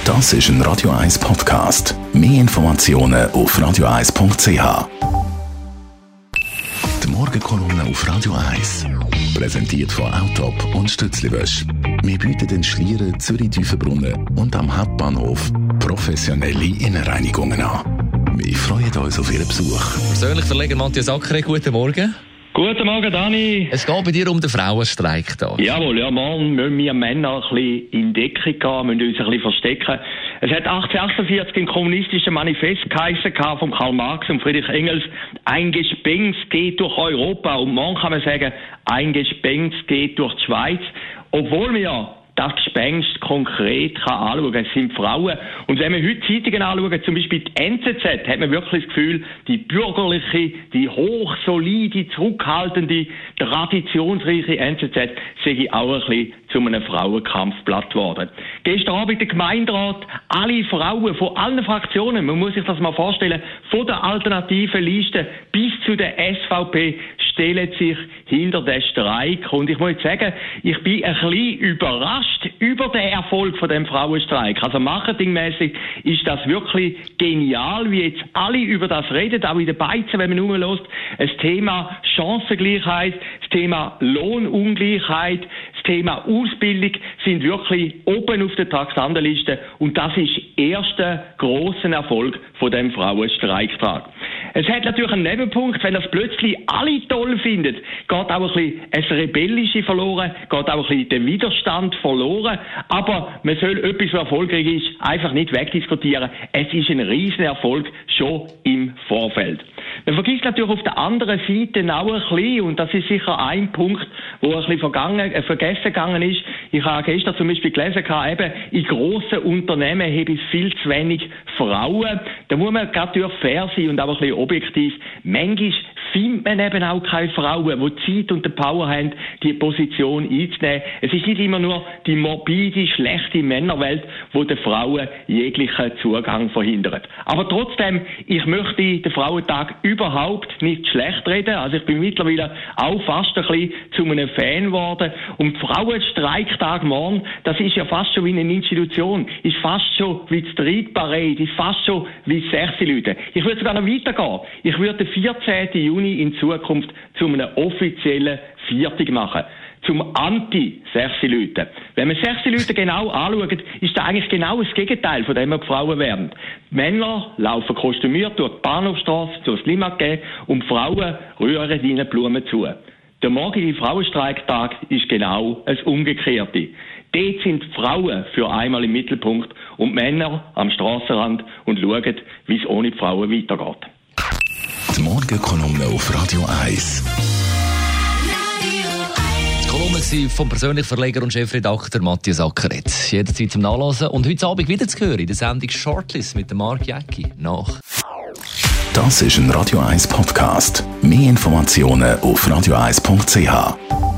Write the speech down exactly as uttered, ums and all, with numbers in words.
Das ist ein Radio eins Podcast. Mehr Informationen auf radio eins punkt c h. Die Morgenkolumne auf Radio eins. Präsentiert von Autop und Stützliwösch. Wir bieten den Schlieren, Zürich-Tiefenbrunnen und am Hauptbahnhof professionelle Innenreinigungen an. Wir freuen uns auf Ihren Besuch. Persönlich Verleger Matthias Ackeret, guten Morgen. Guten Morgen, Dani. Es geht bei dir um den Frauenstreik da. Jawohl, ja, morgen müssen wir Männer ein bisschen in Deckung gehen, müssen uns ein bisschen verstecken. Es hat achtzehnhundertachtundvierzig im kommunistischen Manifest geheissen von Karl Marx und Friedrich Engels, ein Gespenst geht durch Europa. Und morgen kann man sagen, ein Gespenst geht durch die Schweiz. Obwohl wir ja das Gespenst konkret kann anschauen kann. Es sind Frauen. Und wenn wir heute Zeitungen anschauen, zum Beispiel die N Z Z, hat man wirklich das Gefühl, die bürgerliche, die hochsolide, zurückhaltende, traditionsreiche N Z Z sei auch ein bisschen zu einem Frauenkampfblatt geworden. Gestern Abend der Gemeinderat, alle Frauen von allen Fraktionen, man muss sich das mal vorstellen, von der alternativen Liste bis zu der S V P, stellen sich hinter den Streik. Und ich muss jetzt sagen, ich bin ein bisschen überrascht über den Erfolg von dem Frauenstreik. Also marketingmäßig ist das wirklich genial, wie jetzt alle über das reden, auch in den Beizen, wenn man rumlässt. Das Thema Chancengleichheit, das Thema Lohnungleichheit, das Thema Ausbildung sind wirklich oben auf der Taxandenliste und das ist der erste grosse Erfolg von dem Frauenstreiktag. Es hat natürlich einen Nebenpunkt, wenn das plötzlich alle toll finden, geht auch ein bisschen das Rebellische verloren, geht auch ein bisschen der Widerstand verloren, aber man soll etwas, was erfolgreich ist, einfach nicht wegdiskutieren. Es ist ein Riesenerfolg schon im Vorfeld. Man vergisst natürlich auf der anderen Seite auch ein bisschen, und das ist sicher ein Punkt, wo ein bisschen vergangen, äh, vergessen gegangen ist. Ich habe gestern zum Beispiel gelesen, eben in grossen Unternehmen habe es viel zu wenig Frauen. Da muss man natürlich fair sein und auch ein bisschen objektiv. Manchmal findet man eben auch keine Frauen, die Zeit und die Power haben, die Position einzunehmen. Es ist nicht immer nur die morbide, schlechte Männerwelt, die den Frauen jeglichen Zugang verhindert. Aber trotzdem, ich möchte den Frauentag überhaupt nicht schlecht reden. Also ich bin mittlerweile auch fast ein bisschen zu einem Fan geworden. Und Frauenstreiktag morgen, das ist ja fast schon wie eine Institution, ist fast schon wie die Street Parade, ist fast schon wie sechs Leute. Ich würde sogar noch weitergehen. Ich würde den vierzehnten Juni in Zukunft zu einem offiziellen Viertag machen. Zum Anti-Sechsi-Leuten. Wenn man Sechsi-Leute genau anschaut, ist das eigentlich genau das Gegenteil von dem, was die Frauen werden. Die Männer laufen kostümiert durch die Bahnhofstrasse, durch das Limmatquai und die Frauen rühren ihnen Blumen zu. Der morgige Frauenstreiktag ist genau das Umgekehrte. Dort sind die Frauen für einmal im Mittelpunkt und die Männer am Strassenrand und schauen, wie es ohne die Frauen weitergeht. Die Morgenkolumne auf Radio eins. Kolumne vom persönlichen Verleger und Chefredakteur Matthias Ackeret. Jederzeit zum Nachlesen und heute Abend wieder zu hören in der Sendung Shortlist mit Marc Jäcki. Nach. Das ist ein Radio eins Podcast. Mehr Informationen auf radio eins punkt c h.